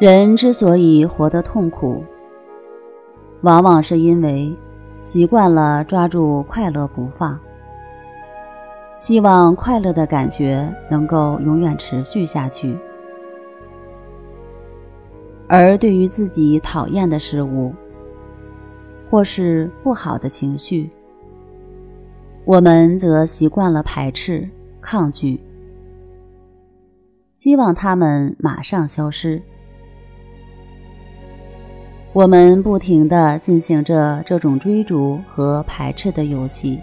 人之所以活得痛苦，往往是因为习惯了抓住快乐不放，希望快乐的感觉能够永远持续下去。而对于自己讨厌的事物，或是不好的情绪，我们则习惯了排斥、抗拒，希望它们马上消失。我们不停地进行着这种追逐和排斥的游戏，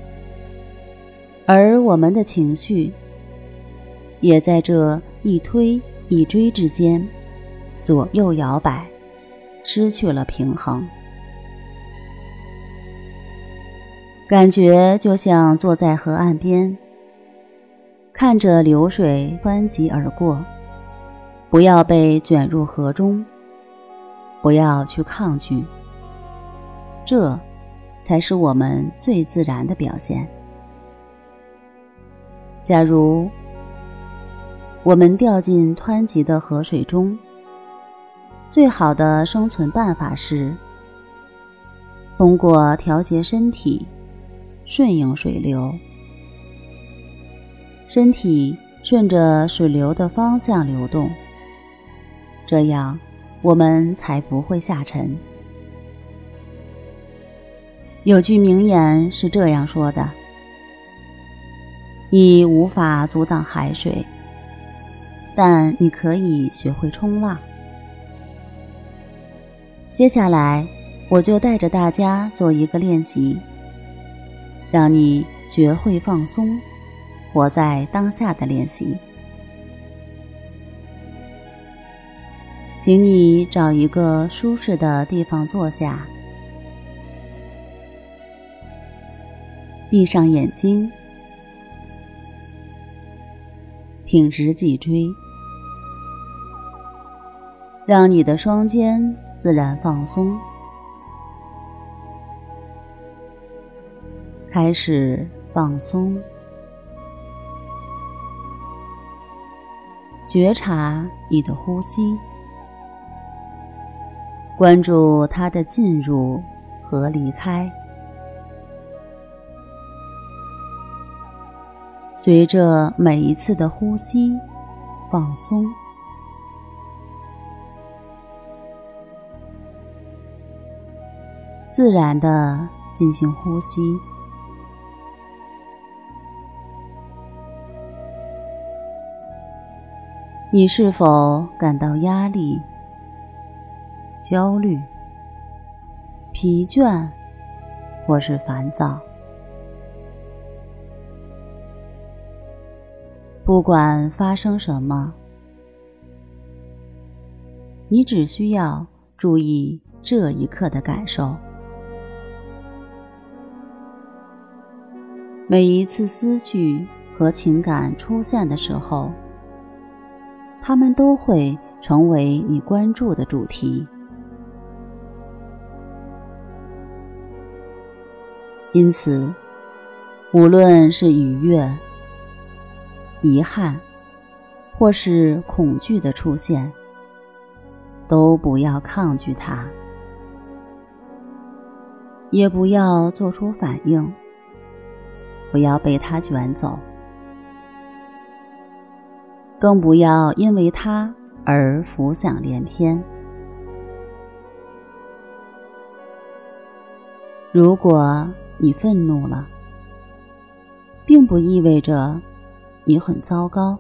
而我们的情绪也在这一推一追之间左右摇摆，失去了平衡。感觉就像坐在河岸边，看着流水湍急而过，不要被卷入河中，不要去抗拒，这才是我们最自然的表现。假如我们掉进湍急的河水中，最好的生存办法是通过调节身体，顺应水流，身体顺着水流的方向流动，这样我们才不会下沉。有句名言是这样说的：你无法阻挡海水，但你可以学会冲浪。接下来我就带着大家做一个练习，让你学会放松，活在当下的练习。请你找一个舒适的地方坐下，闭上眼睛，挺直脊椎，让你的双肩自然放松。开始放松，觉察你的呼吸，关注它的进入和离开。随着每一次的呼吸，放松。自然地进行呼吸。你是否感到压力、焦虑、疲倦或是烦躁？不管发生什么，你只需要注意这一刻的感受。每一次思绪和情感出现的时候，它们都会成为你关注的主题。因此，无论是愉悦、遗憾或是恐惧的出现，都不要抗拒它，也不要做出反应，不要被它卷走，更不要因为它而浮想联翩。如果你愤怒了，并不意味着你很糟糕，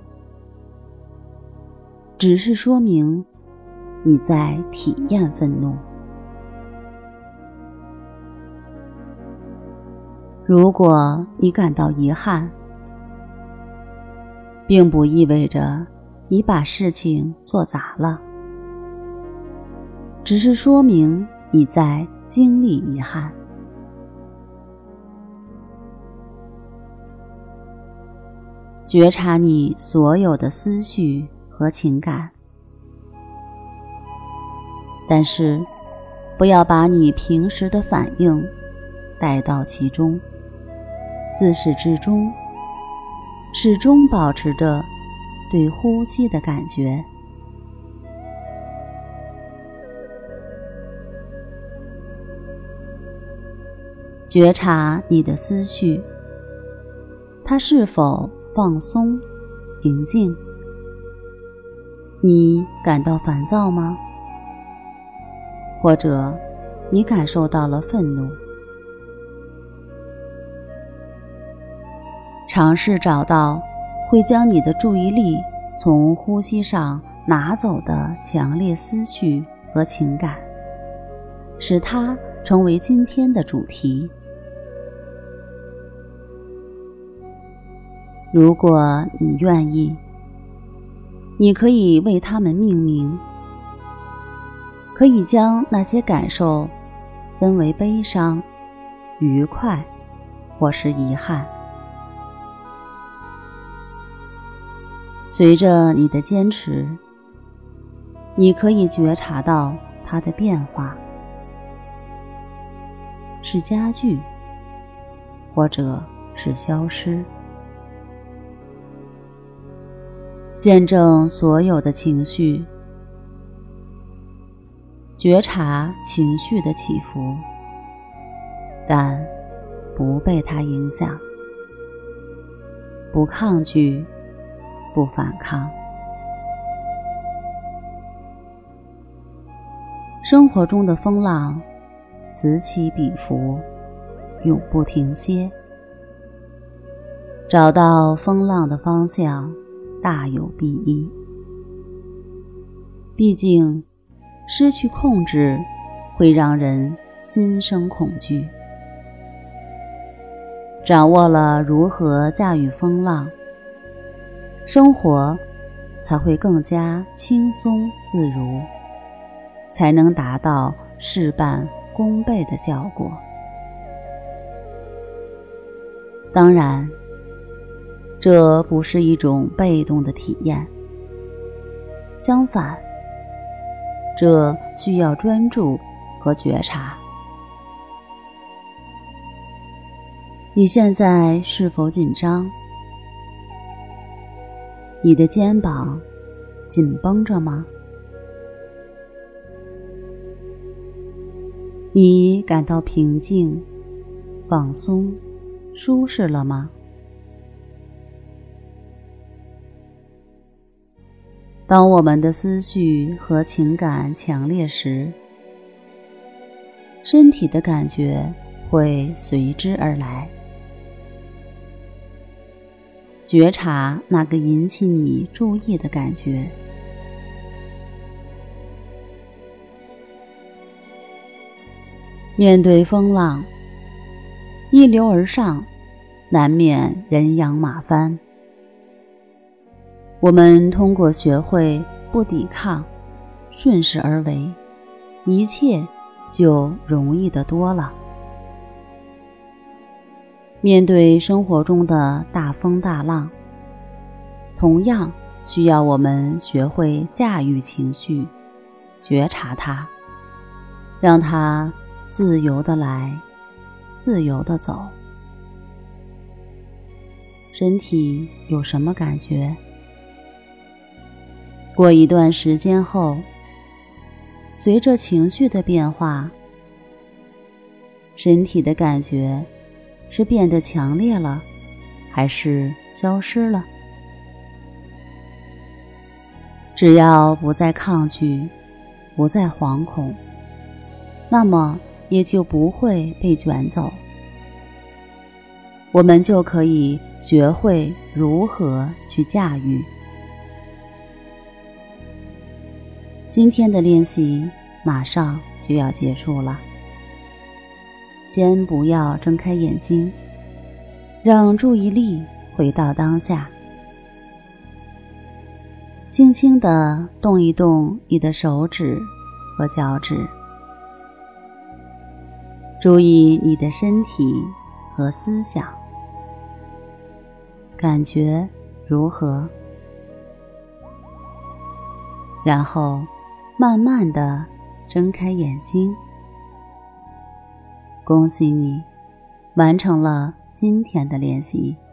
只是说明你在体验愤怒。如果你感到遗憾，并不意味着你把事情做砸了，只是说明你在经历遗憾。觉察你所有的思绪和情感，但是不要把你平时的反应带到其中，自始至终始终保持着对呼吸的感觉。 觉察你的思绪，它是否放松、平静？你感到烦躁吗？或者你感受到了愤怒？尝试找到会将你的注意力从呼吸上拿走的强烈思绪和情感，使它成为今天的主题。如果你愿意，你可以为它们命名，可以将那些感受分为悲伤、愉快或是遗憾。随着你的坚持，你可以觉察到它的变化，是加剧，或者是消失。见证所有的情绪，觉察情绪的起伏，但不被它影响，不抗拒，不反抗。生活中的风浪此起彼伏，永不停歇。找到风浪的方向，大有裨益。毕竟，失去控制会让人心生恐惧。掌握了如何驾驭风浪，生活才会更加轻松自如，才能达到事半功倍的效果。当然，这不是一种被动的体验，相反，这需要专注和觉察。你现在是否紧张？你的肩膀紧绷着吗？你感到平静、放松、舒适了吗？当我们的思绪和情感强烈时，身体的感觉会随之而来。觉察那个引起你注意的感觉。面对风浪，一流而上，难免人仰马翻。我们通过学会不抵抗，顺势而为，一切就容易得多了。面对生活中的大风大浪，同样需要我们学会驾驭情绪，觉察它，让它自由地来，自由地走。身体有什么感觉？过一段时间后，随着情绪的变化，身体的感觉是变得强烈了，还是消失了？只要不再抗拒，不再惶恐，那么也就不会被卷走。我们就可以学会如何去驾驭。今天的练习马上就要结束了，先不要睁开眼睛，让注意力回到当下，轻轻地动一动你的手指和脚趾，注意你的身体和思想，感觉如何？然后慢慢地睁开眼睛。恭喜你完成了今天的练习。